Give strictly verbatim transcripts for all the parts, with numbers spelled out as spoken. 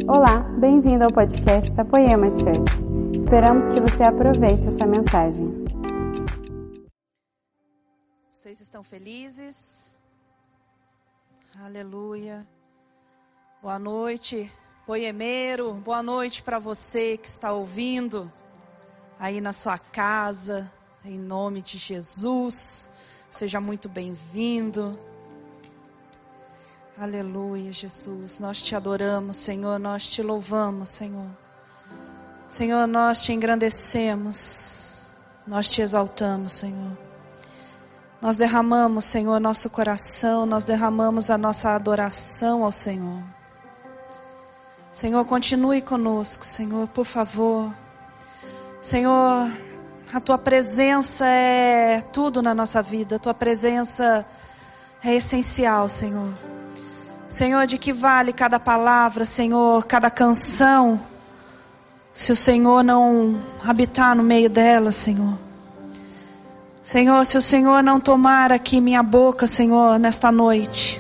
Olá, bem-vindo ao podcast da Poema Church. Esperamos que você aproveite essa mensagem. Vocês estão felizes? Aleluia. Boa noite, poemeiro. Boa noite para você que está ouvindo aí na sua casa. Em nome de Jesus. Seja muito bem-vindo. Aleluia, Jesus. Nós te adoramos, Senhor. Nós te louvamos, Senhor. Senhor, nós te engrandecemos. Nós te exaltamos, Senhor. Nós derramamos, Senhor, nosso coração. Nós derramamos a nossa adoração ao Senhor. Senhor, continue conosco, Senhor, por favor. Senhor, a tua presença é tudo na nossa vida. A tua presença é essencial, Senhor. Senhor, de que vale cada palavra, Senhor, cada canção, se o Senhor não habitar no meio dela, Senhor. Senhor, se o Senhor não tomar aqui minha boca, Senhor, nesta noite.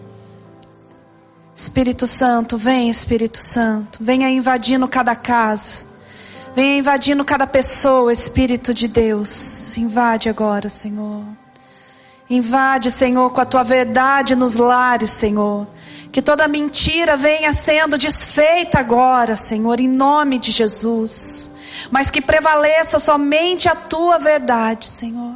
Espírito Santo, vem, Espírito Santo, venha invadindo cada casa, venha invadindo cada pessoa, Espírito de Deus, invade agora, Senhor. Invade, Senhor, com a tua verdade nos lares, Senhor. Que toda mentira venha sendo desfeita agora, Senhor, em nome de Jesus. Mas que prevaleça somente a tua verdade, Senhor.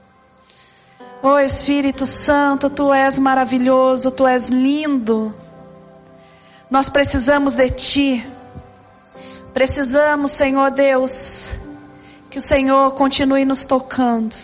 Oh Espírito Santo, tu és maravilhoso, tu és lindo. Nós precisamos de ti. Precisamos, Senhor Deus, que o Senhor continue nos tocando.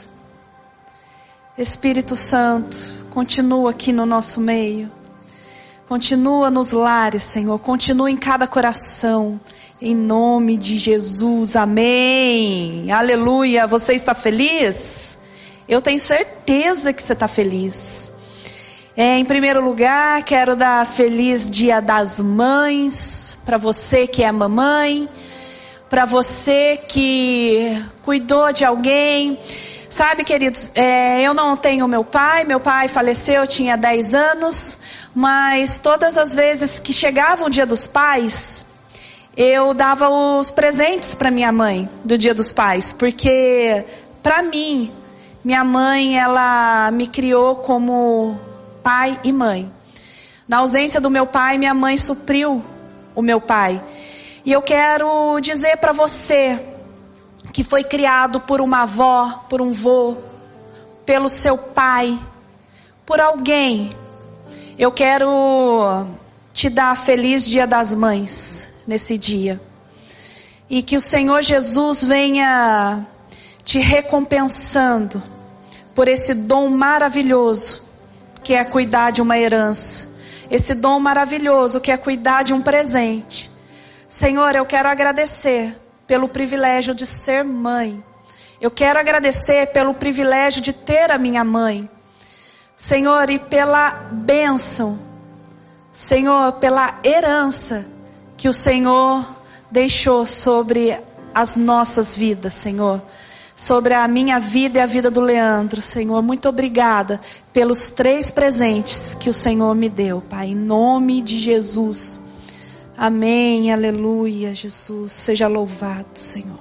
Espírito Santo, continua aqui no nosso meio. Continua nos lares, Senhor. Continua em cada coração. Em nome de Jesus. Amém. Aleluia. Você está feliz? Eu tenho certeza que você está feliz. É, em primeiro lugar, quero dar feliz Dia das Mães. Para você que é mamãe. Para você que cuidou de alguém. Sabe, queridos, é, eu não tenho meu pai, meu pai faleceu, eu tinha dez anos, mas todas as vezes que chegava o dia dos pais, eu dava os presentes para minha mãe do dia dos pais, porque para mim, minha mãe, ela me criou como pai e mãe. Na ausência do meu pai, minha mãe supriu o meu pai. E eu quero dizer para você, que foi criado por uma avó, por um vô, pelo seu pai, por alguém. Eu quero te dar feliz Dia das Mães nesse dia. E que o Senhor Jesus venha te recompensando por esse dom maravilhoso que é cuidar de uma herança. Esse dom maravilhoso que é cuidar de um presente. Senhor, eu quero agradecer pelo privilégio de ser mãe. Eu quero agradecer pelo privilégio de ter a minha mãe. Senhor, e pela bênção. Senhor, pela herança que o Senhor deixou sobre as nossas vidas, Senhor. Sobre a minha vida e a vida do Leandro, Senhor. Muito obrigada pelos três presentes que o Senhor me deu, Pai. Em nome de Jesus. Amém, aleluia, Jesus, seja louvado, Senhor.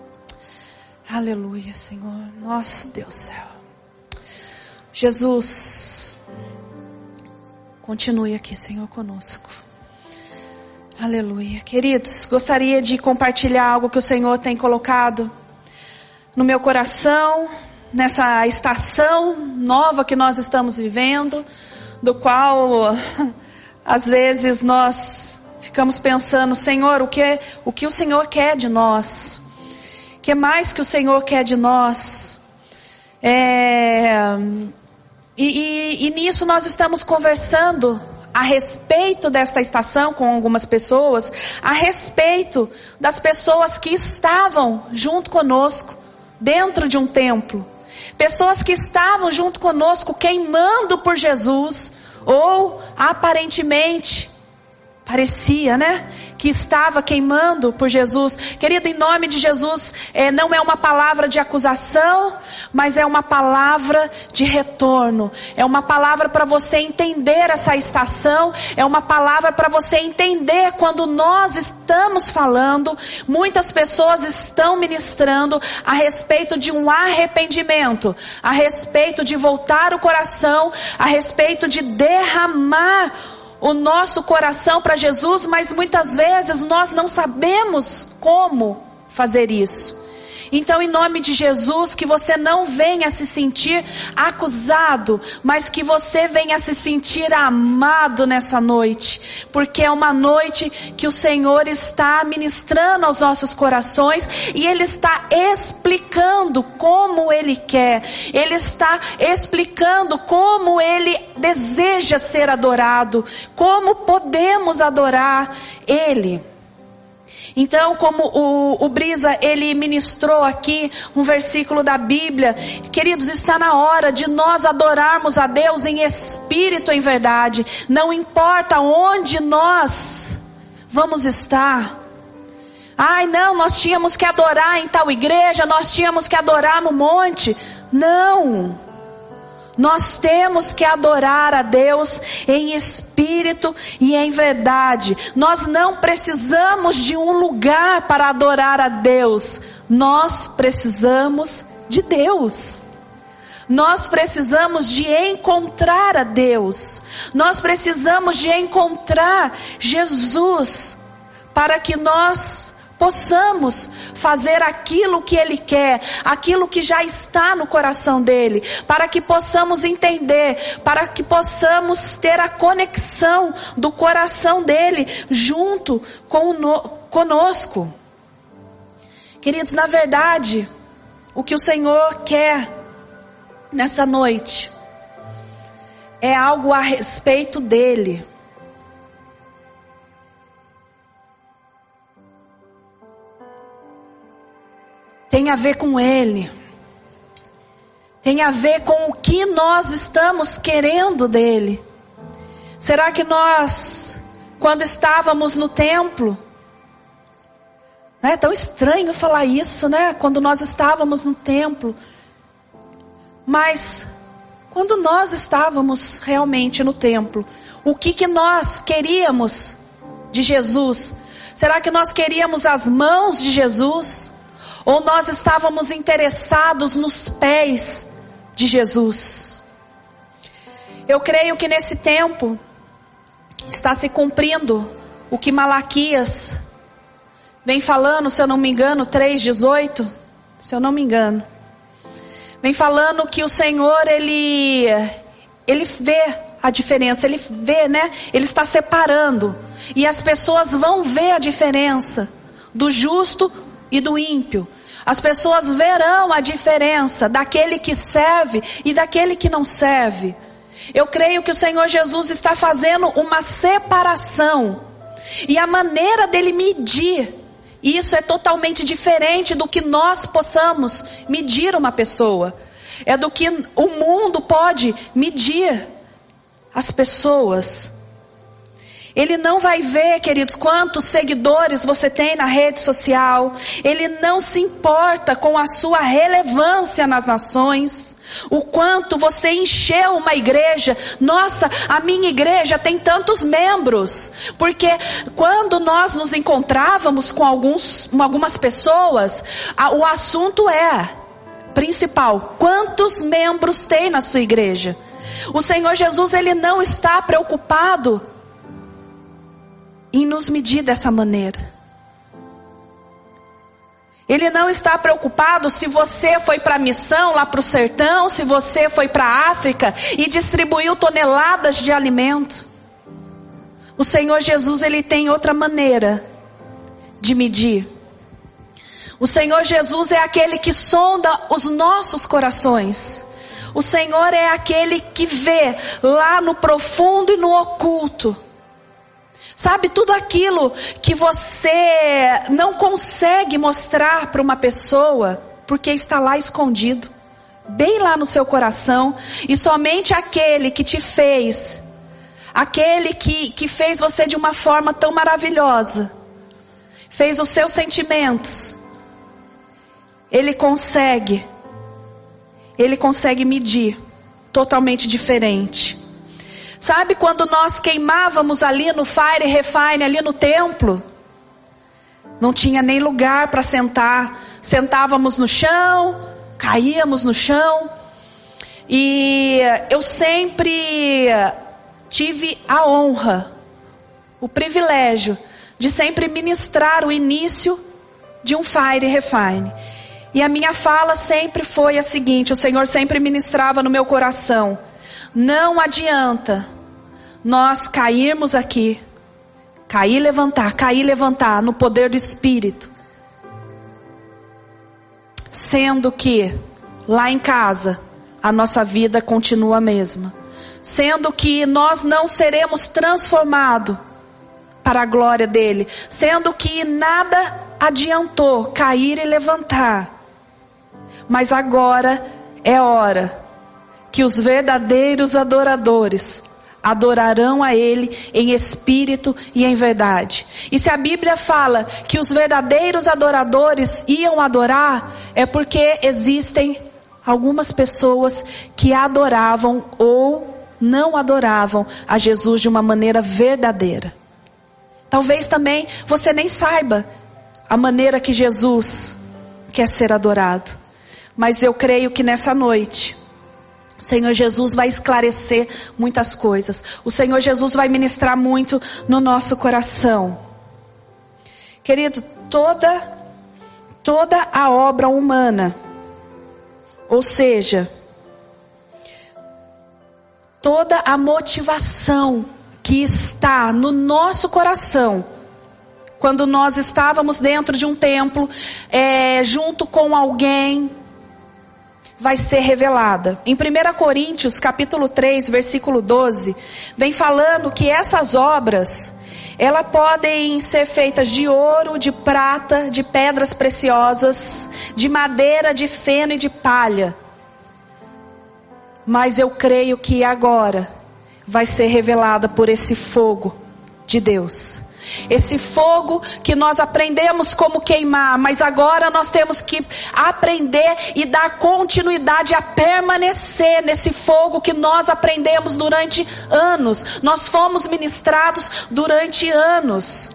Aleluia, Senhor, nosso Deus do céu. Jesus, continue aqui, Senhor, conosco. Aleluia. Queridos, gostaria de compartilhar algo que o Senhor tem colocado no meu coração, nessa estação nova que nós estamos vivendo, do qual, às vezes, nós ficamos pensando, Senhor, o que, o que o Senhor quer de nós? O que mais que o Senhor quer de nós? É, e, e, e nisso nós estamos conversando a respeito desta estação com algumas pessoas, a respeito das pessoas que estavam junto conosco, dentro de um templo. Pessoas que estavam junto conosco queimando por Jesus, ou aparentemente parecia, né? Que estava queimando por Jesus. Querido, em nome de Jesus, é, não é uma palavra de acusação, mas é uma palavra de retorno. É uma palavra para você entender essa estação. É uma palavra para você entender quando nós estamos falando. Muitas pessoas estão ministrando a respeito de um arrependimento, a respeito de voltar o coração, a respeito de derramar o nosso coração para Jesus, mas muitas vezes nós não sabemos como fazer isso. Então, em nome de Jesus, que você não venha se sentir acusado, mas que você venha se sentir amado nessa noite, porque é uma noite que o Senhor está ministrando aos nossos corações, e Ele está explicando como Ele quer, Ele está explicando como Ele deseja ser adorado, como podemos adorar Ele. Então, como o, o Brisa, ele ministrou aqui um versículo da Bíblia, queridos, está na hora de nós adorarmos a Deus em espírito e em verdade. Não importa onde nós vamos estar. Ai, não, nós tínhamos que adorar em tal igreja, nós tínhamos que adorar no monte. Não. Nós temos que adorar a Deus em espírito e em verdade. Nós não precisamos de um lugar para adorar a Deus. Nós precisamos de Deus. Nós precisamos de encontrar a Deus. Nós precisamos de encontrar Jesus para que nós possamos fazer aquilo que Ele quer, aquilo que já está no coração dEle, para que possamos entender, para que possamos ter a conexão do coração dEle junto com no, conosco. Queridos, na verdade, o que o Senhor quer nessa noite é algo a respeito dEle. Tem a ver com Ele. Tem a ver com o que nós estamos querendo dEle. Será que nós, quando estávamos no templo, né, é tão estranho falar isso, né? Quando nós estávamos no templo. Mas, quando nós estávamos realmente no templo, o que que nós queríamos de Jesus? Será que nós queríamos as mãos de Jesus? Ou nós estávamos interessados nos pés de Jesus? Eu creio que nesse tempo está se cumprindo o que Malaquias vem falando, se eu não me engano, três, dezoito, se eu não me engano. Vem falando que o Senhor, Ele, Ele vê a diferença, Ele vê, né? Ele está separando. E as pessoas vão ver a diferença do justo e do ímpio. As pessoas verão a diferença daquele que serve e daquele que não serve. Eu creio que o Senhor Jesus está fazendo uma separação. E a maneira dele medir, isso é totalmente diferente do que nós possamos medir uma pessoa. É do que o mundo pode medir as pessoas. Ele não vai ver, queridos, quantos seguidores você tem na rede social. Ele não se importa com a sua relevância nas nações. O quanto você encheu uma igreja. Nossa, a minha igreja tem tantos membros. Porque quando nós nos encontrávamos com, alguns, com algumas pessoas, a, o assunto é principal: quantos membros tem na sua igreja? O Senhor Jesus, Ele não está preocupado em nos medir dessa maneira. Ele não está preocupado se você foi para a missão lá para o sertão, se você foi para a África e distribuiu toneladas de alimento. O Senhor Jesus, Ele tem outra maneira de medir. O Senhor Jesus é aquele que sonda os nossos corações. O Senhor é aquele que vê lá no profundo e no oculto. Sabe, tudo aquilo que você não consegue mostrar para uma pessoa, porque está lá escondido, bem lá no seu coração. E somente aquele que te fez, aquele que, que fez você de uma forma tão maravilhosa, fez os seus sentimentos, Ele consegue, Ele consegue medir totalmente diferente. Sabe quando nós queimávamos ali no Fire Refine, ali no templo? Não tinha nem lugar para sentar, sentávamos no chão, caíamos no chão. E eu sempre tive a honra, o privilégio de sempre ministrar o início de um Fire Refine. E a minha fala sempre foi a seguinte, o Senhor sempre ministrava no meu coração: não adianta nós cairmos aqui, cair, levantar, cair, levantar no poder do Espírito, sendo que lá em casa a nossa vida continua a mesma, sendo que nós não seremos transformados para a glória dele, sendo que nada adiantou cair e levantar. Mas agora é hora que os verdadeiros adoradores adorarão a Ele em espírito e em verdade. E se a Bíblia fala que os verdadeiros adoradores iam adorar, é porque existem algumas pessoas que adoravam ou não adoravam a Jesus de uma maneira verdadeira. Talvez também você nem saiba a maneira que Jesus quer ser adorado. Mas eu creio que nessa noite o Senhor Jesus vai esclarecer muitas coisas. O Senhor Jesus vai ministrar muito no nosso coração. Querido, toda, toda a obra humana, ou seja, toda a motivação que está no nosso coração, quando nós estávamos dentro de um templo, é, junto com alguém, vai ser revelada. Em primeira Coríntios, capítulo três, versículo doze, vem falando que essas obras, elas podem ser feitas de ouro, de prata, de pedras preciosas, de madeira, de feno e de palha. Mas eu creio que agora vai ser revelada por esse fogo de Deus. Esse fogo que nós aprendemos como queimar, mas agora nós temos que aprender e dar continuidade a permanecer nesse fogo que nós aprendemos durante anos. Nós fomos ministrados durante anos.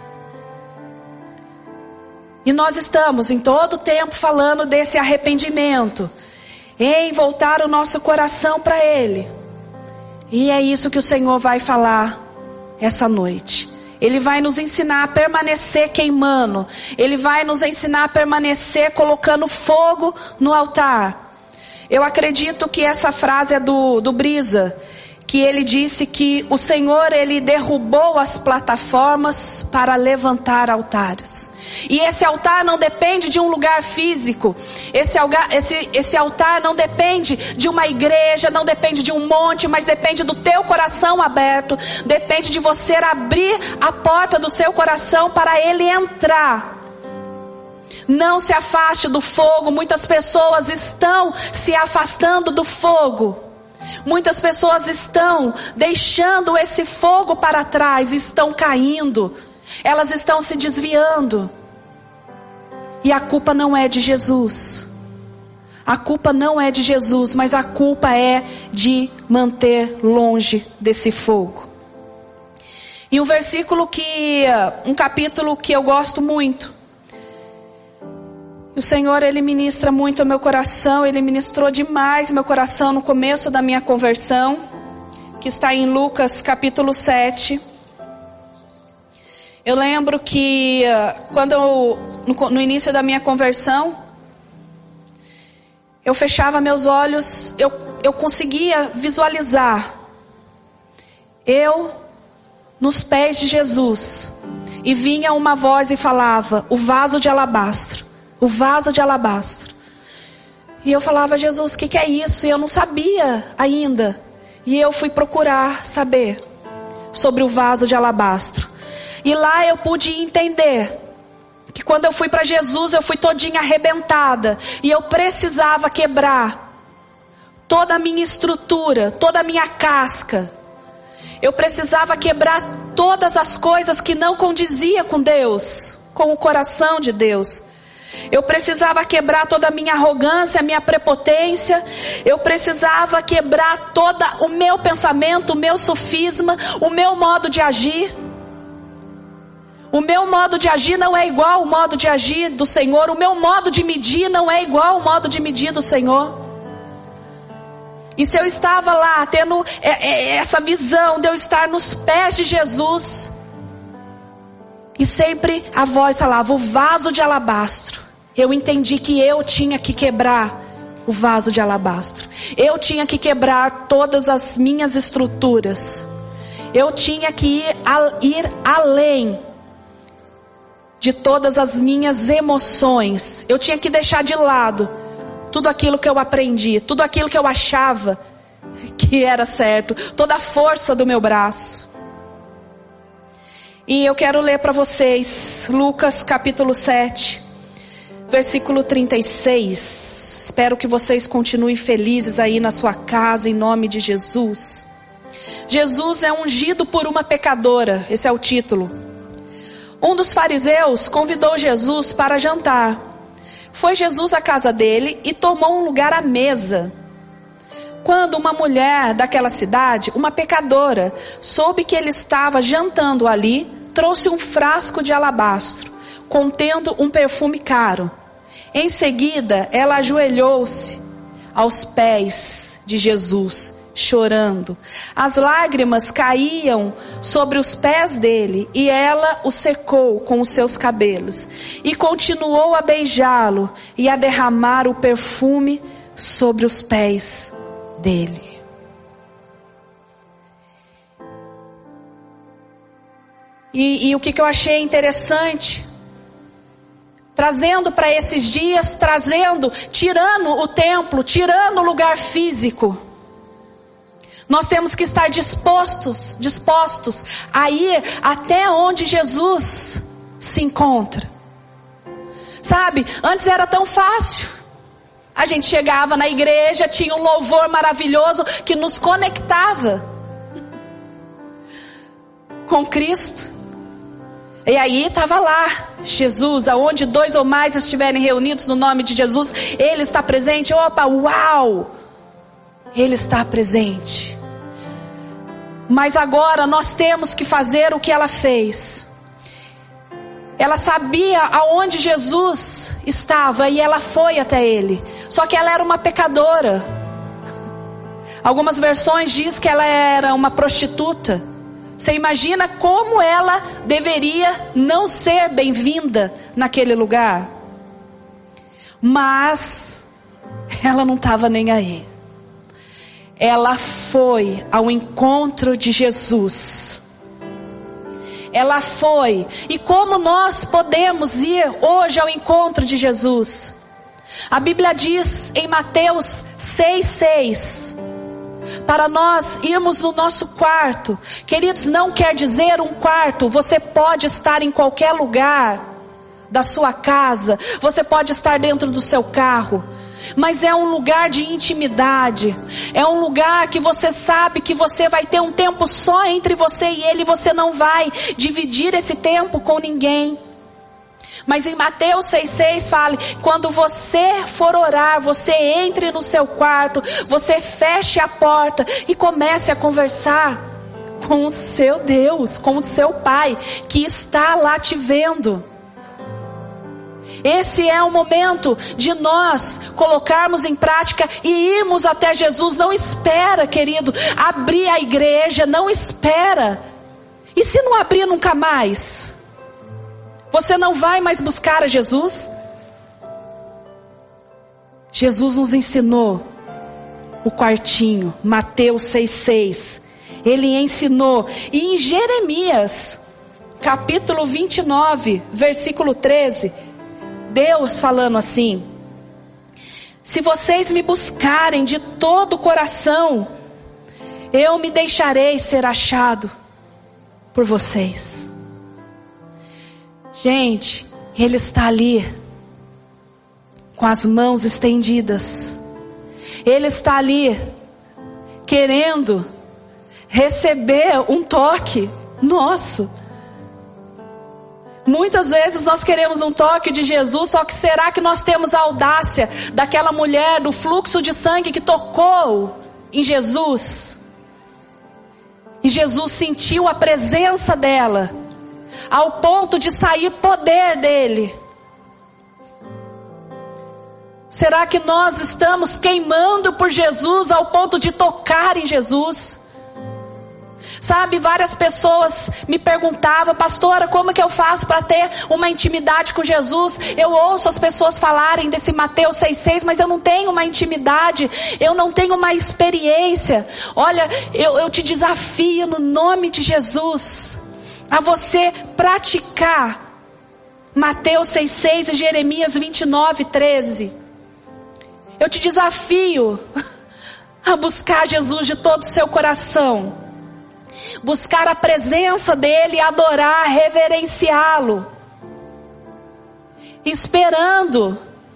E nós estamos em todo o tempo falando desse arrependimento, em voltar o nosso coração para Ele. E é isso que o Senhor vai falar essa noite. Ele vai nos ensinar a permanecer queimando. Ele vai nos ensinar a permanecer colocando fogo no altar. Eu acredito que essa frase é do, do Brisa, que ele disse que o Senhor, Ele derrubou as plataformas para levantar altares. E esse altar não depende de um lugar físico. Esse, esse, esse altar não depende de uma igreja, não depende de um monte, mas depende do teu coração aberto. Depende de você abrir a porta do seu coração para Ele entrar. Não se afaste do fogo. Muitas pessoas estão se afastando do fogo. Muitas pessoas estão deixando esse fogo para trás, estão caindo. Elas estão se desviando. E a culpa não é de Jesus. A culpa não é de Jesus, mas a culpa é de manter longe desse fogo. E um versículo que, um capítulo que eu gosto muito. O Senhor, Ele ministra muito ao meu coração. Ele ministrou demais meu coração no começo da minha conversão, que está em Lucas capítulo sete. Eu lembro que quando eu, no, no início da minha conversão, eu fechava meus olhos, eu, eu conseguia visualizar eu nos pés de Jesus, e vinha uma voz e falava: o vaso de alabastro, o vaso de alabastro. E eu falava: Jesus, o que, que é isso? E eu não sabia ainda. E eu fui procurar saber sobre o vaso de alabastro. E lá eu pude entender que quando eu fui para Jesus, eu fui todinha arrebentada. E eu precisava quebrar toda a minha estrutura, toda a minha casca. Eu precisava quebrar todas as coisas que não condizia com Deus, com o coração de Deus. Eu precisava quebrar toda a minha arrogância, a minha prepotência. Eu precisava quebrar todo o meu pensamento, o meu sofisma, o meu modo de agir. O meu modo de agir não é igual ao modo de agir do Senhor. O meu modo de medir não é igual ao modo de medir do Senhor. E se eu estava lá tendo essa visão de eu estar nos pés de Jesus, e sempre a voz falava, o vaso de alabastro, eu entendi que eu tinha que quebrar o vaso de alabastro. Eu tinha que quebrar todas as minhas estruturas. Eu tinha que ir, ir além de todas as minhas emoções. Eu tinha que deixar de lado tudo aquilo que eu aprendi, tudo aquilo que eu achava que era certo, toda a força do meu braço. E eu quero ler para vocês Lucas capítulo sete, versículo trinta e seis. Espero que vocês continuem felizes aí na sua casa, em nome de Jesus. Jesus é ungido por uma pecadora, esse é o título. Um dos fariseus convidou Jesus para jantar. Foi Jesus à casa dele e tomou um lugar à mesa. Quando uma mulher daquela cidade, uma pecadora, soube que ele estava jantando ali, trouxe um frasco de alabastro, contendo um perfume caro. Em seguida, ela ajoelhou-se aos pés de Jesus, chorando. As lágrimas caíam sobre os pés dele e ela o secou com os seus cabelos. E continuou a beijá-lo e a derramar o perfume sobre os pés dele. E, e o que, que eu achei interessante, trazendo para esses dias, trazendo, tirando o templo, tirando o lugar físico, nós temos que estar dispostos, dispostos a ir até onde Jesus se encontra. Sabe, antes era tão fácil. A gente chegava na igreja, tinha um louvor maravilhoso que nos conectava com Cristo. E aí estava lá, Jesus, aonde dois ou mais estiverem reunidos no nome de Jesus, Ele está presente. Opa, uau! Ele está presente. Mas agora nós temos que fazer o que ela fez. Ela sabia aonde Jesus estava e ela foi até Ele. Só que ela era uma pecadora. Algumas versões diz que ela era uma prostituta. Você imagina como ela deveria não ser bem-vinda naquele lugar? Mas ela não estava nem aí. Ela foi ao encontro de Jesus. Ela foi. E como nós podemos ir hoje ao encontro de Jesus? A Bíblia diz em Mateus seis, seis, para nós irmos no nosso quarto. Queridos, não quer dizer um quarto. Você pode estar em qualquer lugar da sua casa. Você pode estar dentro do seu carro. Mas é um lugar de intimidade. É um lugar que você sabe que você vai ter um tempo só entre você e Ele. Você não vai dividir esse tempo com ninguém. Mas em Mateus seis, seis fala, quando você for orar, você entre no seu quarto, você feche a porta e comece a conversar com o seu Deus, com o seu Pai, que está lá te vendo. Esse é o momento de nós colocarmos em prática e irmos até Jesus. Não espera, querido, abrir a igreja, não espera. E se não abrir nunca mais? Você não vai mais buscar a Jesus? Jesus nos ensinou o quartinho, Mateus seis, seis. Ele ensinou. E em Jeremias, capítulo vinte e nove, versículo treze, Deus falando assim: se vocês me buscarem de todo o coração, eu me deixarei ser achado por vocês. Gente, Ele está ali, com as mãos estendidas. Ele está ali, querendo receber um toque nosso. Muitas vezes nós queremos um toque de Jesus, só que será que nós temos a audácia daquela mulher do fluxo de sangue que tocou em Jesus? E Jesus sentiu a presença dela, ao ponto de sair poder dele. Será que nós estamos queimando por Jesus ao ponto de tocar em Jesus? Sabe, várias pessoas me perguntavam: pastora, como que eu faço para ter uma intimidade com Jesus? Eu ouço as pessoas falarem desse Mateus seis seis, mas eu não tenho uma intimidade, eu não tenho uma experiência. Olha, eu, eu te desafio no nome de Jesus a você praticar Mateus seis seis e Jeremias vinte e nove, treze. Eu te desafio a buscar Jesus de todo o seu coração, buscar a presença dele, adorar, reverenciá-lo, esperando,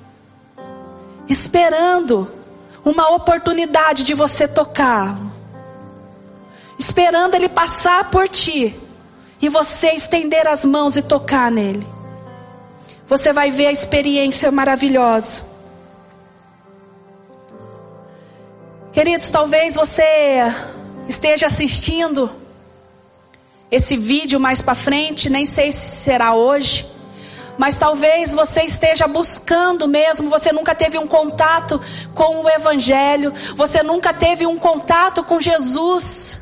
esperando uma oportunidade de você tocá-lo, esperando ele passar por ti e você estender as mãos e tocar nele. Você vai ver a experiência maravilhosa. Queridos, talvez você esteja assistindo esse vídeo mais para frente, nem sei se será hoje, mas talvez você esteja buscando mesmo, você nunca teve um contato com o Evangelho, você nunca teve um contato com Jesus,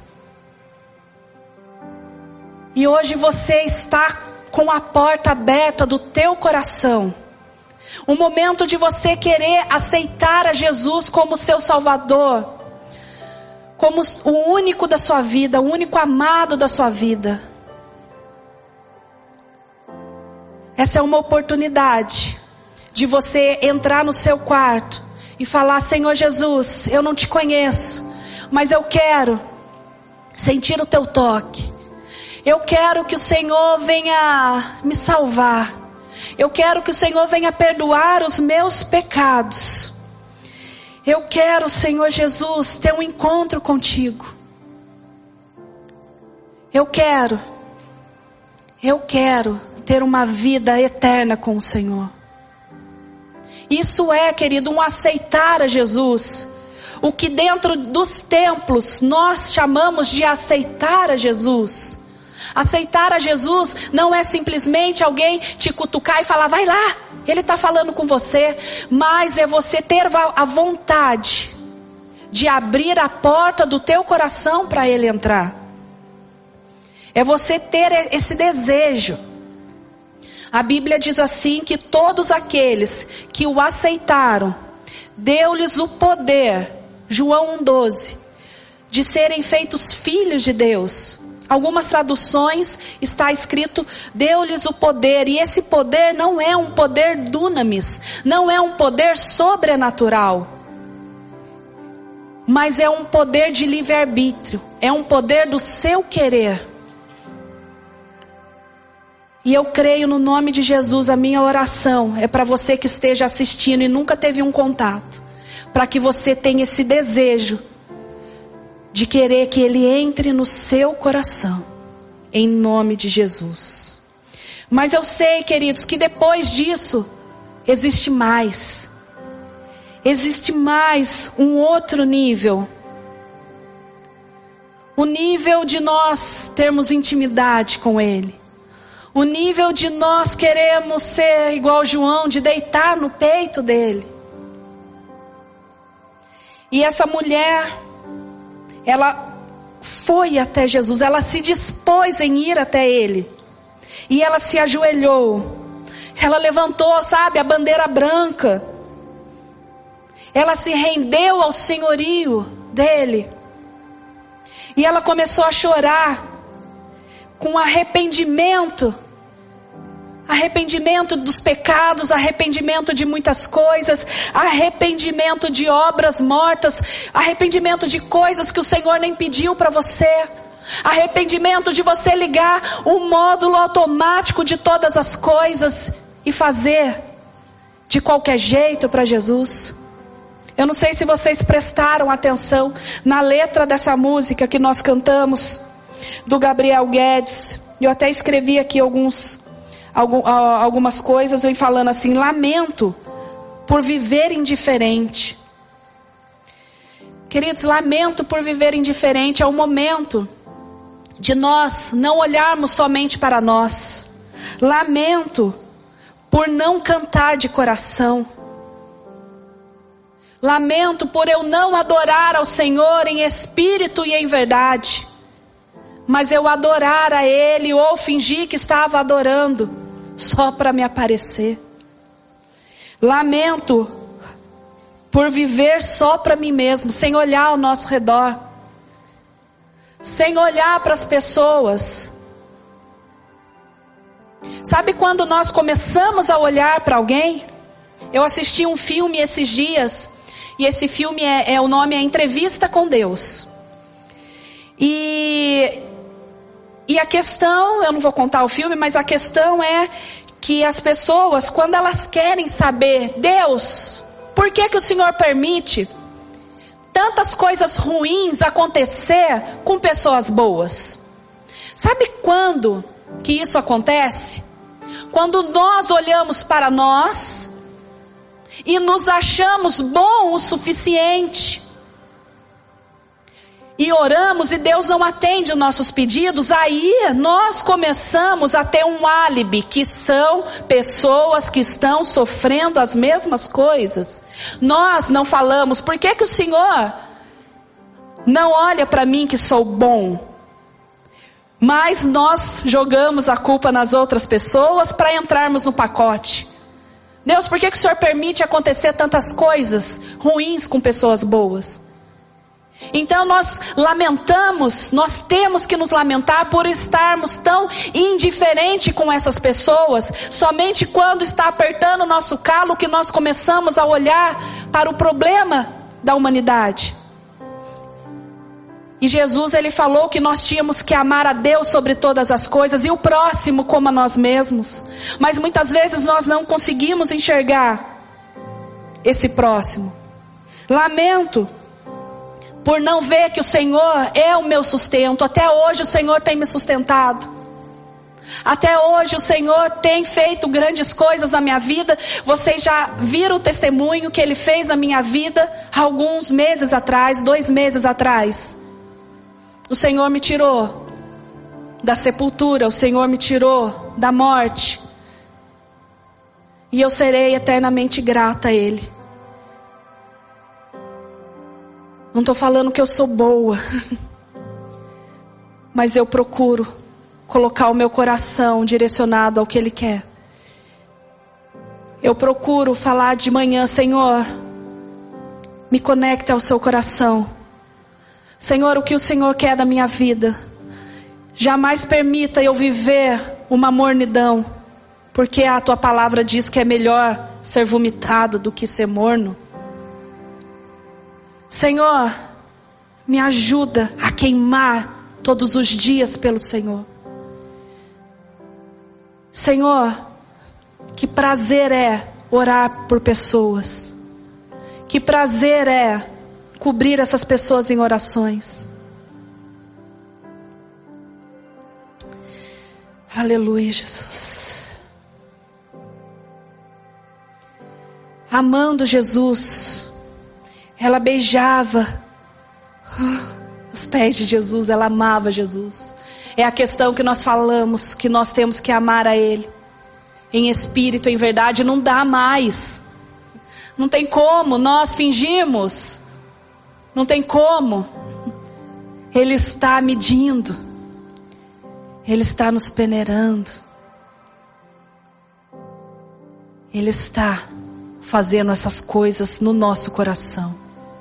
e hoje você está com a porta aberta do teu coração, um momento de você querer aceitar a Jesus como seu Salvador, como o único da sua vida, o único amado da sua vida. Essa é uma oportunidade de você entrar no seu quarto e falar: Senhor Jesus, eu não te conheço, mas eu quero sentir o teu toque. Eu quero que o Senhor venha me salvar. Eu quero que o Senhor venha perdoar os meus pecados. Eu quero, Senhor Jesus, ter um encontro contigo. Eu quero, eu quero ter uma vida eterna com o Senhor. Isso é, querido, um aceitar a Jesus. O que dentro dos templos nós chamamos de aceitar a Jesus. Aceitar a Jesus não é simplesmente alguém te cutucar e falar: vai lá, Ele está falando com você. Mas é você ter a vontade de abrir a porta do teu coração para Ele entrar. É você ter esse desejo. A Bíblia diz assim, que todos aqueles que o aceitaram, deu-lhes o poder, João um, doze, de serem feitos filhos de Deus. Algumas traduções está escrito: deu-lhes o poder. E esse poder não é um poder dunamis, não é um poder sobrenatural, mas é um poder de livre-arbítrio, é um poder do seu querer. E eu creio no nome de Jesus, a minha oração é para você que esteja assistindo e nunca teve um contato, para que você tenha esse desejo de querer que Ele entre no seu coração, em nome de Jesus. Mas eu sei, queridos, que depois disso, existe mais. Existe mais um outro nível. O nível de nós termos intimidade com Ele. O nível de nós queremos ser igual João, de deitar no peito dele. E essa mulher, ela foi até Jesus, ela se dispôs em ir até Ele. E ela se ajoelhou. Ela levantou, sabe, a bandeira branca. Ela se rendeu ao senhorio dele. E ela começou a chorar com arrependimento. Arrependimento dos pecados, arrependimento de muitas coisas, arrependimento de obras mortas, arrependimento de coisas que o Senhor nem pediu para você, arrependimento de você ligar o módulo automático de todas as coisas e fazer de qualquer jeito para Jesus. Eu não sei se vocês prestaram atenção na letra dessa música que nós cantamos, do Gabriel Guedes. Eu até escrevi aqui alguns, algum, algumas coisas, vem falando assim: lamento por viver indiferente. Queridos, lamento por viver indiferente. É o momento de nós não olharmos somente para nós. Lamento por não cantar de coração. Lamento por eu não adorar ao Senhor em espírito e em verdade, mas eu adorar a Ele ou fingir que estava adorando só para me aparecer. Lamento por viver só para mim mesmo, sem olhar ao nosso redor, sem olhar para as pessoas. Sabe quando nós começamos a olhar para alguém? Eu assisti um filme esses dias, e esse filme é, é o nome é Entrevista com Deus. E, e a questão, eu não vou contar o filme, mas a questão é que as pessoas, quando elas querem saber, Deus, por que que o Senhor permite tantas coisas ruins acontecer com pessoas boas? Sabe quando que isso acontece? Quando nós olhamos para nós e nos achamos bom o suficiente, e oramos e Deus não atende os nossos pedidos, aí nós começamos a ter um álibi, que são pessoas que estão sofrendo as mesmas coisas. Nós não falamos: por que que o Senhor não olha para mim que sou bom? Mas nós jogamos a culpa nas outras pessoas para entrarmos no pacote. Deus, por que que o Senhor permite acontecer tantas coisas ruins com pessoas boas? Então nós lamentamos, nós temos que nos lamentar por estarmos tão indiferentes com essas pessoas. Somente quando está apertando o nosso calo que nós começamos a olhar para o problema da humanidade. E Jesus, ele falou que nós tínhamos que amar a Deus sobre todas as coisas e o próximo como a nós mesmos. Mas muitas vezes nós não conseguimos enxergar esse próximo. Lamento por não ver que o Senhor é o meu sustento. Até hoje o Senhor tem me sustentado. Até hoje o Senhor tem feito grandes coisas na minha vida. Vocês já viram o testemunho que Ele fez na minha vida há alguns meses atrás, dois meses atrás. O Senhor me tirou da sepultura, o Senhor me tirou da morte. E eu serei eternamente grata a Ele. Não estou falando que eu sou boa, mas eu procuro colocar o meu coração direcionado ao que Ele quer. Eu procuro falar de manhã: Senhor, me conecte ao seu coração. Senhor, o que o Senhor quer da minha vida? Jamais permita eu viver uma mornidão, porque a tua palavra diz que é melhor ser vomitado do que ser morno. Senhor, me ajuda a queimar todos os dias pelo Senhor. Senhor, que prazer é orar por pessoas. Que prazer é cobrir essas pessoas em orações. Aleluia, Jesus. Amando Jesus, ela beijava os pés de Jesus, ela amava Jesus. É a questão que nós falamos, que nós temos que amar a Ele em espírito, em verdade. Não dá mais, não tem como, nós fingimos, não tem como. Ele está medindo, Ele está nos peneirando, Ele está fazendo essas coisas no nosso coração.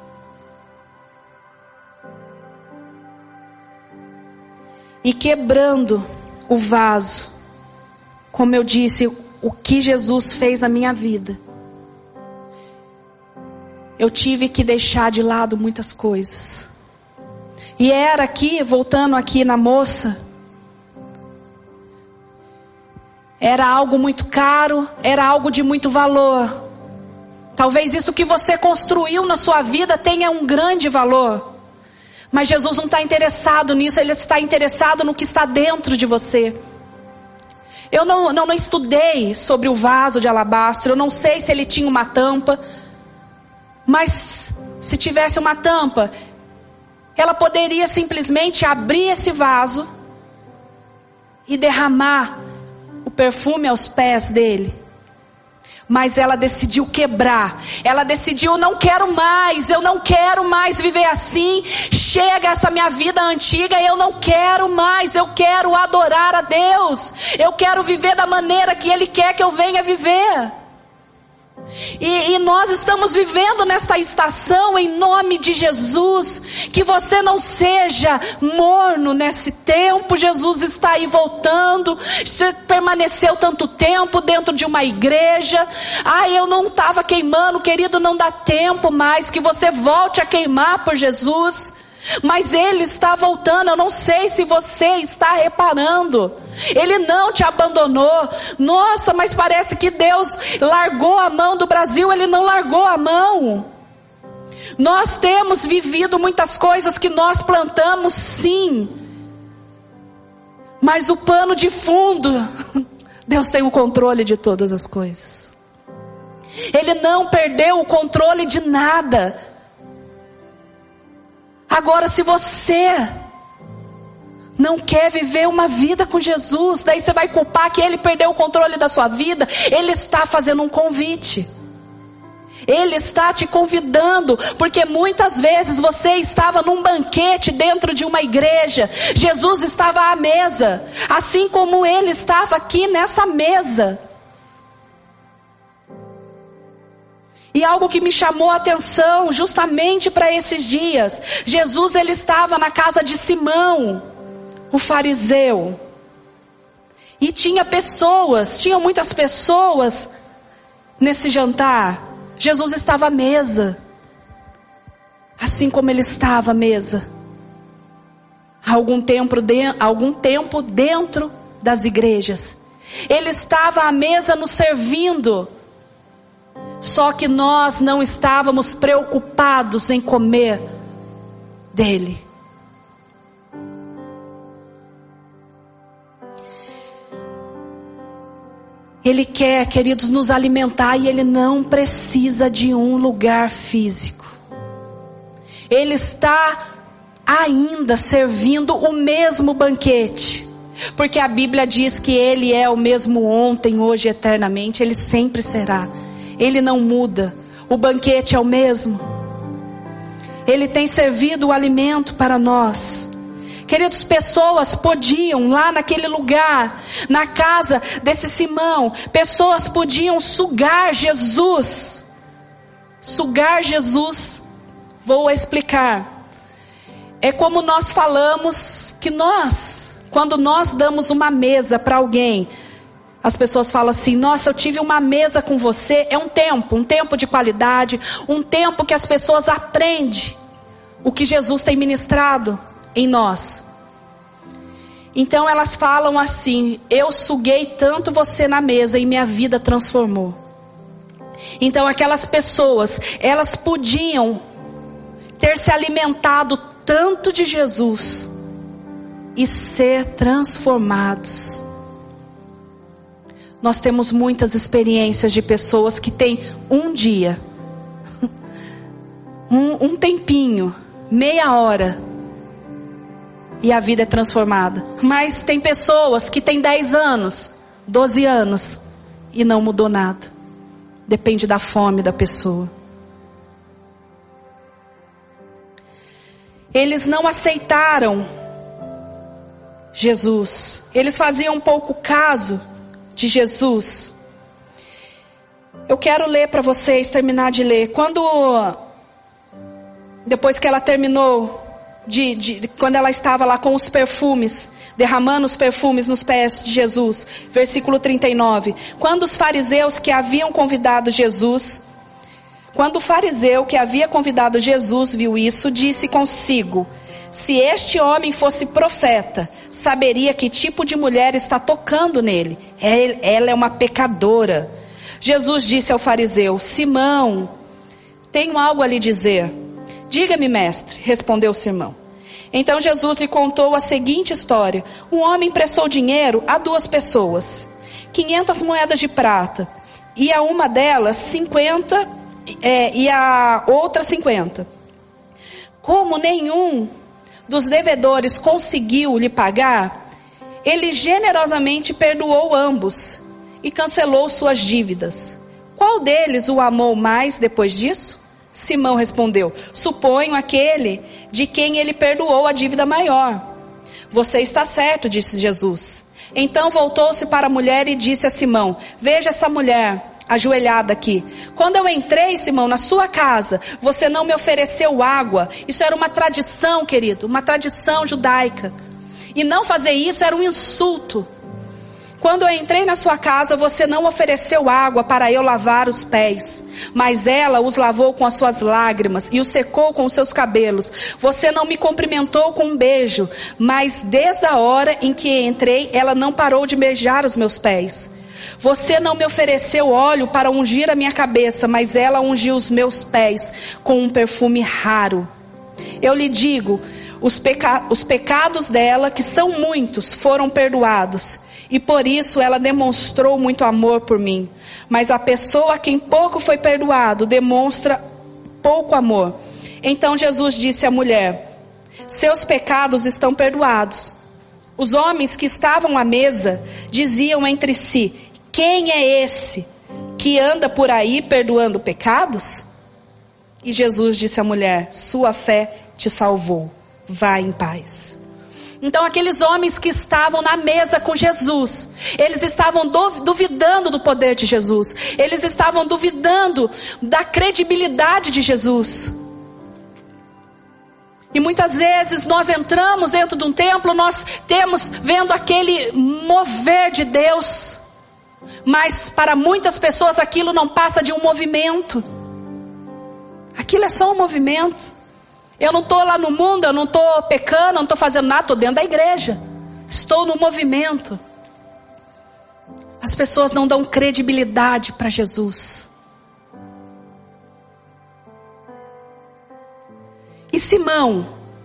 E quebrando o vaso, como eu disse, o que Jesus fez na minha vida, eu tive que deixar de lado muitas coisas. E era aqui, voltando aqui na moça, era algo muito caro, era algo de muito valor. Talvez isso que você construiu na sua vida tenha um grande valor. Mas Jesus não está interessado nisso, Ele está interessado no que está dentro de você. Eu não, não, não estudei sobre o vaso de alabastro, eu não sei se ele tinha uma tampa. Mas se tivesse uma tampa, ela poderia simplesmente abrir esse vaso e derramar o perfume aos pés dele. Mas ela decidiu quebrar. Ela decidiu, não quero mais, eu não quero mais viver assim. Chega essa minha vida antiga, eu não quero mais, eu quero adorar a Deus. Eu quero viver da maneira que Ele quer que eu venha viver. E, e nós estamos vivendo nesta estação em nome de Jesus. Que você não seja morno nesse tempo. Jesus está aí voltando. Você permaneceu tanto tempo dentro de uma igreja. Ah, eu não estava queimando, querido, não dá tempo mais. Que você volte a queimar por Jesus. Mas Ele está voltando. Eu não sei se você está reparando. Ele não te abandonou. Nossa, mas parece que Deus largou a mão do Brasil. Ele não largou a mão. Nós temos vivido muitas coisas que nós plantamos, sim. Mas o pano de fundo, Deus tem o controle de todas as coisas. Ele não perdeu o controle de nada. Agora, se você não quer viver uma vida com Jesus, daí você vai culpar que Ele perdeu o controle da sua vida. Ele está fazendo um convite. Ele está te convidando, porque muitas vezes você estava num banquete dentro de uma igreja. Jesus estava à mesa, assim como Ele estava aqui nessa mesa. E algo que me chamou a atenção justamente para esses dias. Jesus, ele estava na casa de Simão, o fariseu. E tinha pessoas, tinha muitas pessoas nesse jantar. Jesus estava à mesa. Assim como ele estava à mesa. Há algum tempo, de, algum tempo dentro das igrejas. Ele estava à mesa nos servindo. Só que nós não estávamos preocupados em comer dele. Ele quer, queridos, nos alimentar e Ele não precisa de um lugar físico. Ele está ainda servindo o mesmo banquete. Porque a Bíblia diz que Ele é o mesmo ontem, hoje e eternamente. Ele sempre será. Ele não muda. O banquete é o mesmo. Ele tem servido o alimento para nós. Queridos, pessoas podiam lá naquele lugar, na casa desse Simão, pessoas podiam sugar Jesus. Sugar Jesus, vou explicar. É como nós falamos que nós, quando nós damos uma mesa para alguém, as pessoas falam assim, nossa, eu tive uma mesa com você. É um tempo, um tempo de qualidade, um tempo que as pessoas aprendem o que Jesus tem ministrado em nós. Então elas falam assim, eu suguei tanto você na mesa e minha vida transformou. Então aquelas pessoas, elas podiam ter se alimentado tanto de Jesus e ser transformados. Nós temos muitas experiências de pessoas que têm um dia, um, um tempinho, meia hora, e a vida é transformada. Mas tem pessoas que têm dez anos, doze anos, e não mudou nada. Depende da fome da pessoa. Eles não aceitaram Jesus. Eles faziam pouco caso de Jesus. Eu quero ler para vocês, terminar de ler. Quando, depois que ela terminou, de, de, quando ela estava lá com os perfumes, derramando os perfumes nos pés de Jesus, versículo trinta e nove. Quando os fariseus que haviam convidado Jesus, quando o fariseu que havia convidado Jesus viu isso, disse consigo, se este homem fosse profeta, saberia que tipo de mulher está tocando nele. Ela é uma pecadora. Jesus disse ao fariseu, Simão, tenho algo a lhe dizer. Diga-me, mestre, respondeu Simão. Então Jesus lhe contou a seguinte história. Um homem emprestou dinheiro a duas pessoas, quinhentas moedas de prata, e a uma delas cinquenta, é, e a outra cinquenta. Como nenhum dos devedores conseguiu lhe pagar, ele generosamente perdoou ambos e cancelou suas dívidas. Qual deles o amou mais depois disso? Simão respondeu, suponho aquele de quem ele perdoou a dívida maior. Você está certo, disse Jesus. Então voltou-se para a mulher e disse a Simão, veja essa mulher ajoelhada aqui. Quando eu entrei, Simão, na sua casa, você não me ofereceu água. Isso era uma tradição, querido, uma tradição judaica. E não fazer isso era um insulto. Quando eu entrei na sua casa, você não ofereceu água para eu lavar os pés, mas ela os lavou com as suas lágrimas e os secou com os seus cabelos. Você não me cumprimentou com um beijo, mas desde a hora em que entrei, ela não parou de beijar os meus pés. Você não me ofereceu óleo para ungir a minha cabeça, mas ela ungiu os meus pés com um perfume raro. Eu lhe digo, os, peca- os pecados dela, que são muitos, foram perdoados. E por isso ela demonstrou muito amor por mim. Mas a pessoa a quem pouco foi perdoado demonstra pouco amor. Então Jesus disse à mulher, seus pecados estão perdoados. Os homens que estavam à mesa diziam entre si, quem é esse que anda por aí perdoando pecados? E Jesus disse à mulher, sua fé te salvou. Vá em paz. Então aqueles homens que estavam na mesa com Jesus, eles estavam duvidando do poder de Jesus. Eles estavam duvidando da credibilidade de Jesus. E muitas vezes nós entramos dentro de um templo, nós temos vendo aquele mover de Deus. Mas para muitas pessoas aquilo não passa de um movimento. Aquilo é só um movimento. Eu não estou lá no mundo, eu não estou pecando, eu não estou fazendo nada, estou dentro da igreja. Estou no movimento. As pessoas não dão credibilidade para Jesus. E Simão?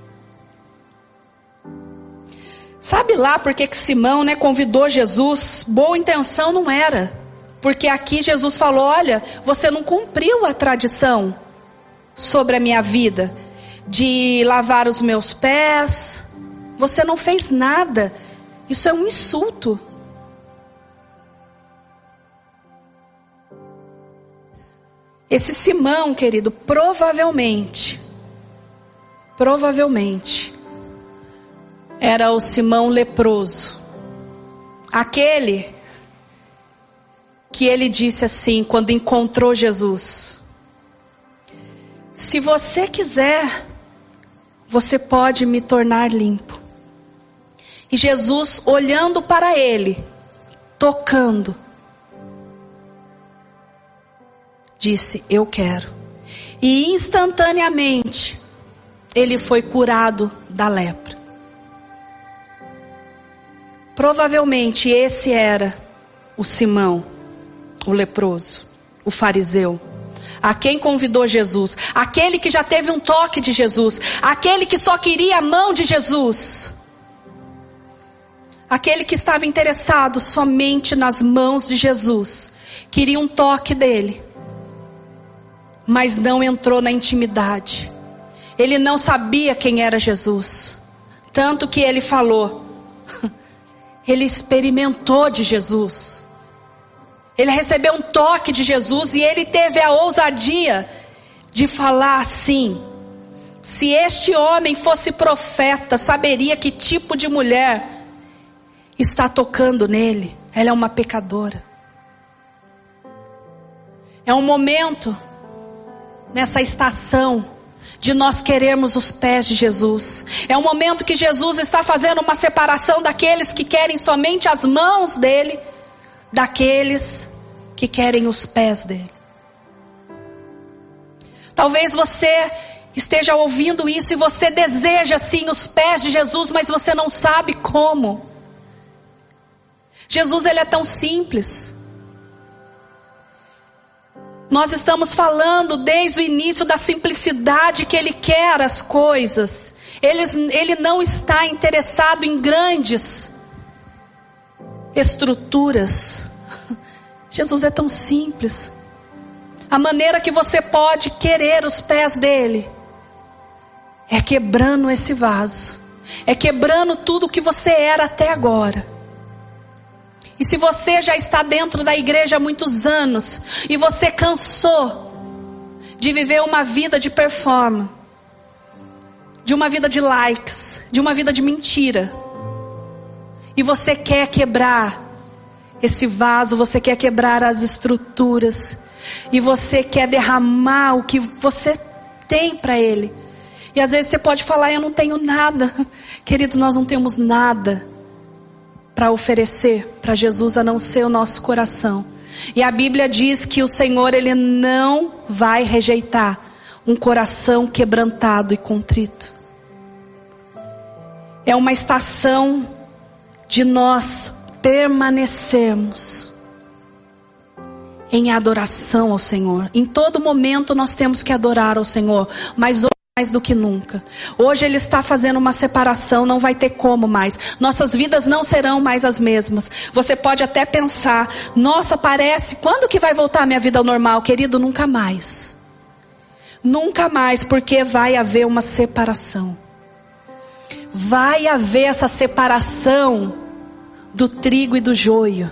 Sabe lá por que que Simão, né, convidou Jesus? Boa intenção não era. Porque aqui Jesus falou, olha, você não cumpriu a tradição sobre a minha vida. De lavar os meus pés, você não fez nada, isso é um insulto. Esse Simão, querido, provavelmente, provavelmente, era o Simão leproso, aquele que ele disse assim, quando encontrou Jesus, se você quiser, você pode me tornar limpo. E Jesus, olhando para ele, tocando, disse, eu quero. E instantaneamente, ele foi curado da lepra. Provavelmente esse era o Simão, o leproso, o fariseu. A quem convidou Jesus, aquele que já teve um toque de Jesus, aquele que só queria a mão de Jesus, aquele que estava interessado somente nas mãos de Jesus, queria um toque dele, mas não entrou na intimidade. Ele não sabia quem era Jesus, tanto que ele falou, ele experimentou de Jesus. Ele recebeu um toque de Jesus e ele teve a ousadia de falar assim, se este homem fosse profeta, saberia que tipo de mulher está tocando nele. Ela é uma pecadora. É um momento, nessa estação, de nós querermos os pés de Jesus. É um momento que Jesus está fazendo uma separação daqueles que querem somente as mãos dele, daqueles que querem os pés dele. Talvez você esteja ouvindo isso e você deseja sim os pés de Jesus, mas você não sabe como. Jesus, ele é tão simples. Nós estamos falando desde o início da simplicidade que Ele quer as coisas. Ele, ele não está interessado em grandes estruturas. Jesus é tão simples. A maneira que você pode querer os pés dele é quebrando esse vaso, é quebrando tudo que você era até agora. E se você já está dentro da igreja há muitos anos e você cansou de viver uma vida de performance, de uma vida de likes, de uma vida de mentira, e você quer quebrar esse vaso, você quer quebrar as estruturas, e você quer derramar o que você tem para Ele. E às vezes você pode falar: eu não tenho nada. Queridos, nós não temos nada para oferecer para Jesus a não ser o nosso coração. E a Bíblia diz que o Senhor, Ele não vai rejeitar um coração quebrantado e contrito. É uma estação de nós permanecermos em adoração ao Senhor. Em todo momento nós temos que adorar ao Senhor, mas hoje mais do que nunca. Hoje Ele está fazendo uma separação, não vai ter como mais. Nossas vidas não serão mais as mesmas. Você pode até pensar: nossa, parece, quando que vai voltar a minha vida ao normal? Querido, nunca mais. Nunca mais, porque vai haver uma separação. Vai haver essa separação do trigo e do joio.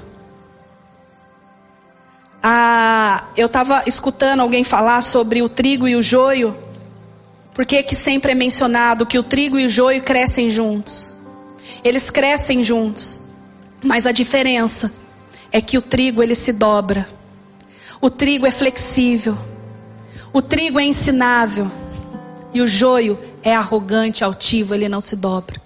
Ah, eu estava escutando alguém falar sobre o trigo e o joio. Porque que sempre é mencionado que o trigo e o joio crescem juntos. Eles crescem juntos. Mas a diferença é que o trigo, ele se dobra. O trigo é flexível. O trigo é ensinável. E o joio é arrogante, altivo, ele não se dobra.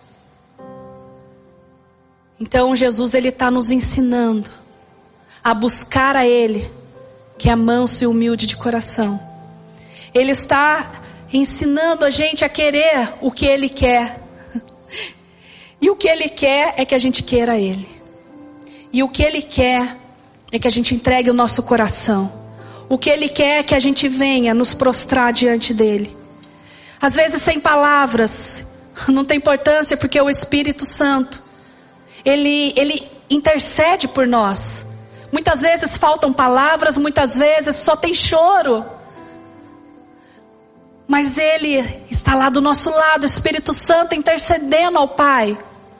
Então Jesus, ele está nos ensinando a buscar a Ele, que é manso e humilde de coração. Ele está ensinando a gente a querer o que Ele quer. E o que Ele quer é que a gente queira Ele. E o que Ele quer é que a gente entregue o nosso coração. O que Ele quer é que a gente venha nos prostrar diante dEle. Às vezes sem palavras, não tem importância, porque o Espírito Santo, Ele, ele intercede por nós. Muitas vezes faltam palavras, muitas vezes só tem choro. Mas Ele está lá do nosso lado, o Espírito Santo intercedendo ao Pai.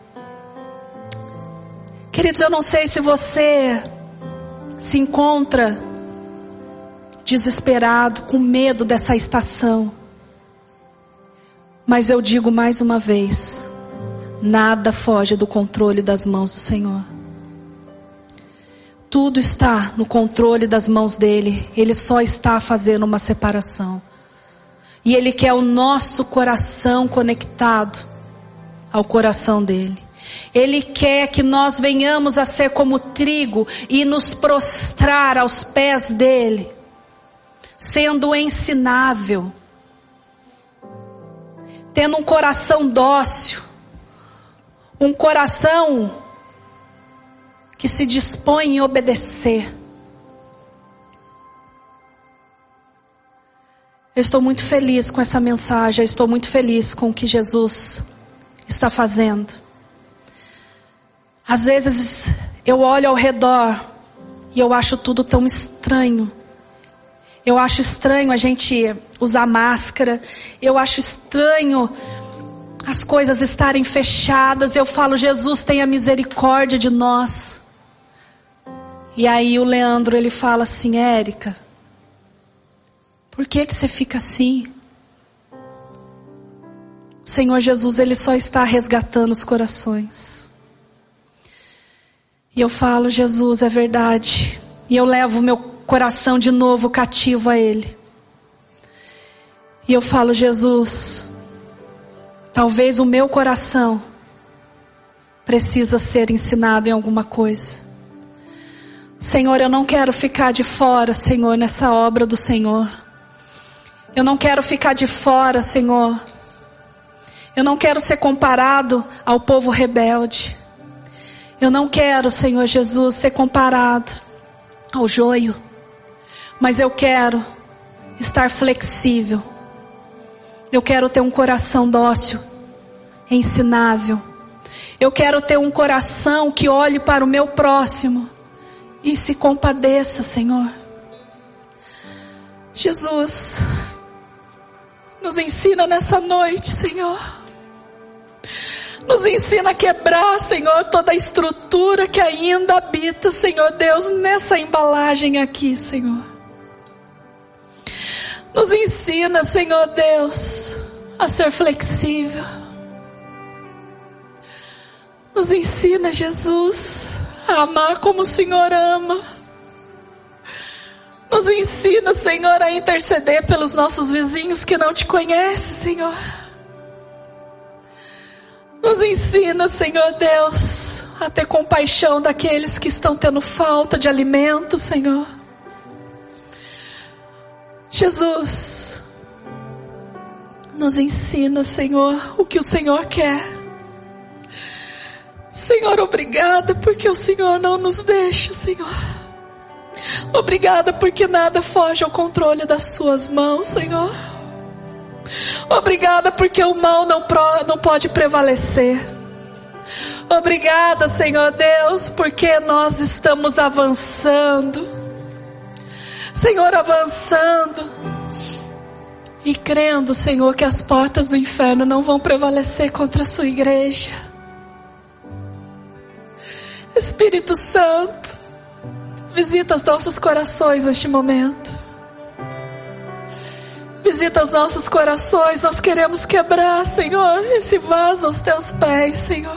Queridos, eu não sei se você se encontra desesperado, com medo dessa estação. Mas eu digo mais uma vez: nada foge do controle das mãos do Senhor. Tudo está no controle das mãos dEle. Ele só está fazendo uma separação. E Ele quer o nosso coração conectado ao coração dEle. Ele quer que nós venhamos a ser como trigo e nos prostrar aos pés dEle, sendo ensinável, tendo um coração dócil, um coração que se dispõe em obedecer. Eu estou muito feliz com essa mensagem, eu estou muito feliz com o que Jesus está fazendo. Às vezes eu olho ao redor e eu acho tudo tão estranho. Eu acho estranho a gente usar máscara, eu acho estranho as coisas estarem fechadas. Eu falo: Jesus, tenha misericórdia de nós. E aí o Leandro, ele fala assim: Érica, por que que você fica assim? O Senhor Jesus, Ele só está resgatando os corações. E eu falo: Jesus, é verdade. E eu levo o meu coração de novo cativo a Ele. E eu falo: Jesus, talvez o meu coração precisa ser ensinado em alguma coisa. Senhor, eu não quero ficar de fora, Senhor, nessa obra do Senhor. Eu não quero ficar de fora, Senhor. Eu não quero ser comparado ao povo rebelde. Eu não quero, Senhor Jesus, ser comparado ao joio. Mas eu quero estar flexível. Eu quero ter um coração dócil, ensinável. Eu quero ter um coração que olhe para o meu próximo e se compadeça, Senhor. Jesus, nos ensina nessa noite, Senhor. Nos ensina a quebrar, Senhor, toda a estrutura que ainda habita, Senhor Deus, nessa embalagem aqui, Senhor. Nos ensina, Senhor Deus, a ser flexível. Nos ensina, Jesus, a amar como o Senhor ama. Nos ensina, Senhor, a interceder pelos nossos vizinhos que não te conhecem, Senhor. Nos ensina, Senhor Deus, a ter compaixão daqueles que estão tendo falta de alimento, Senhor. Jesus, nos ensina, Senhor, o que o Senhor quer. Senhor, obrigada porque o Senhor não nos deixa, Senhor. Obrigada porque nada foge ao controle das suas mãos, Senhor. Obrigada porque o mal não, pro, não pode prevalecer. Obrigada, Senhor Deus, porque nós estamos avançando. Senhor, avançando e crendo, Senhor, que as portas do inferno não vão prevalecer contra a sua igreja. Espírito Santo, visita os nossos corações neste momento. Visita os nossos corações. Nós queremos quebrar, Senhor, esse vaso aos teus pés, Senhor.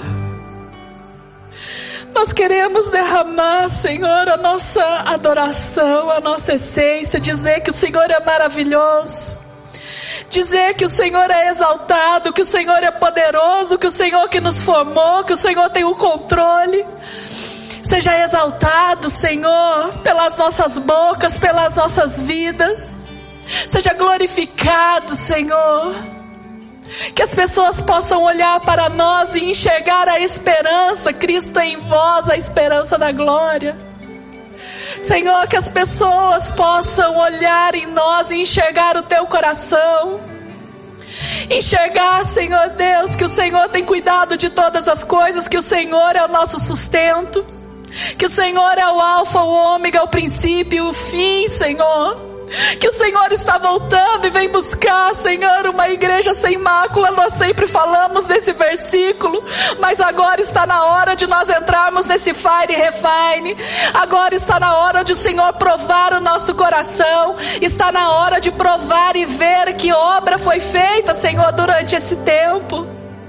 Nós queremos derramar, Senhor, a nossa adoração, a nossa essência, dizer que o Senhor é maravilhoso, dizer que o Senhor é exaltado, que o Senhor é poderoso, que o Senhor que nos formou, que o Senhor tem o controle. Seja exaltado, Senhor, pelas nossas bocas, pelas nossas vidas. Seja glorificado, Senhor. Que as pessoas possam olhar para nós e enxergar a esperança. Cristo em vós, a esperança da glória. Senhor, que as pessoas possam olhar em nós e enxergar o teu coração. Enxergar, Senhor Deus, que o Senhor tem cuidado de todas as coisas, que o Senhor é o nosso sustento, que o Senhor é o alfa, o ômega, o princípio e o fim, Senhor. Que o Senhor está voltando e vem buscar, Senhor, uma igreja sem mácula. Nós sempre falamos desse versículo, mas agora está na hora de nós entrarmos nesse fire refine. Agora está na hora de o Senhor provar o nosso coração. Está na hora de provar e ver que obra foi feita, Senhor, durante esse tempo.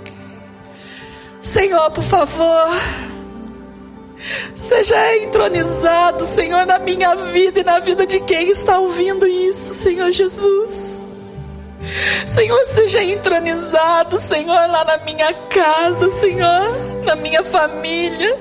Senhor, por favor, seja entronizado, Senhor, na minha vida e na vida de quem está ouvindo isso, Senhor Jesus. Senhor, seja entronizado, Senhor, lá na minha casa, Senhor, na minha família.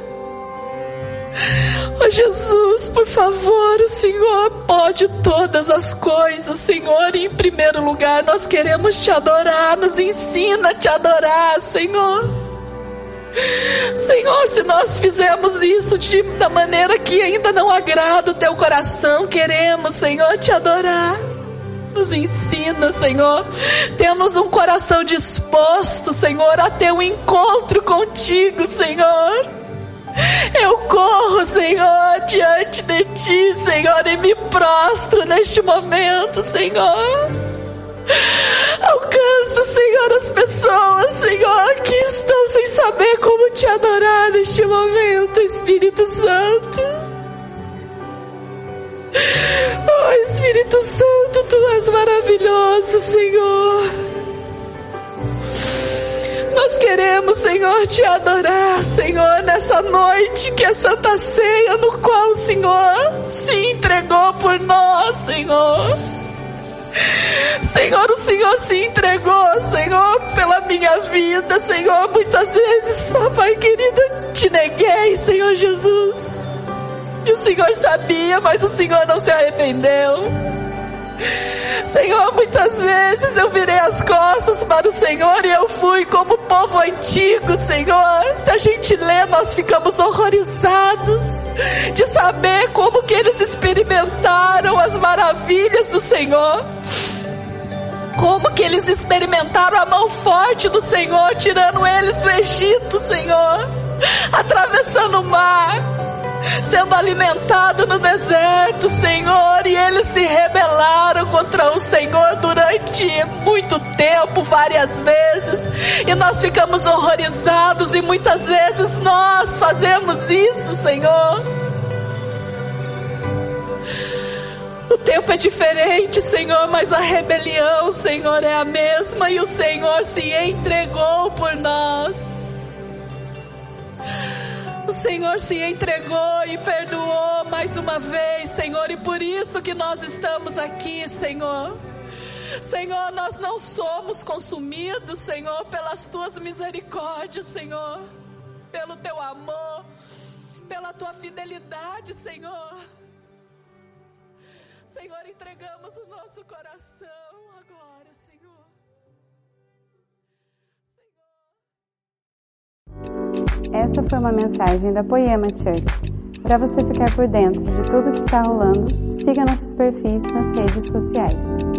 Oh Jesus, por favor, o Senhor pode todas as coisas, Senhor, e em primeiro lugar nós queremos te adorar. Nos ensina a te adorar, Senhor. Senhor, se nós fizemos isso de, da maneira que ainda não agrada o teu coração, queremos, Senhor, te adorar. Nos ensina, Senhor. Temos um coração disposto, Senhor, a ter um encontro contigo, Senhor. Eu corro, Senhor, diante de ti, Senhor, e me prostro neste momento, Senhor. Alcança, Senhor, as pessoas, Senhor, que estão sem saber como te adorar neste momento, Espírito Santo. Oh, Espírito Santo, tu és maravilhoso, Senhor. Nós queremos, Senhor, te adorar, Senhor, nessa noite que é Santa Ceia, no qual o Senhor se entregou por nós, Senhor. Senhor, o Senhor se entregou, Senhor, pela minha vida, Senhor. Muitas vezes, papai querido, te neguei, Senhor Jesus. E o Senhor sabia, mas o Senhor não se arrependeu. Senhor, muitas vezes eu virei as costas para o Senhor e eu fui como o povo antigo, Senhor. Se a gente lê, nós ficamos horrorizados de saber como que eles experimentaram as maravilhas do Senhor. Como que eles experimentaram a mão forte do Senhor, tirando eles do Egito, Senhor, atravessando o mar, sendo alimentado no deserto, Senhor, e eles se rebelaram contra o Senhor durante muito tempo, várias vezes, e nós ficamos horrorizados, e muitas vezes nós fazemos isso, Senhor. O tempo é diferente, Senhor, mas a rebelião, Senhor, é a mesma, e o Senhor se entregou por nós. O Senhor se entregou e perdoou mais uma vez, Senhor, e por isso que nós estamos aqui, Senhor. Senhor, nós não somos consumidos, Senhor, pelas tuas misericórdias, Senhor, pelo teu amor, pela tua fidelidade, Senhor. Senhor, entregamos o nosso coração agora, Senhor. Essa foi uma mensagem da Poema Church. Para você ficar por dentro de tudo que está rolando, siga nossos perfis nas redes sociais.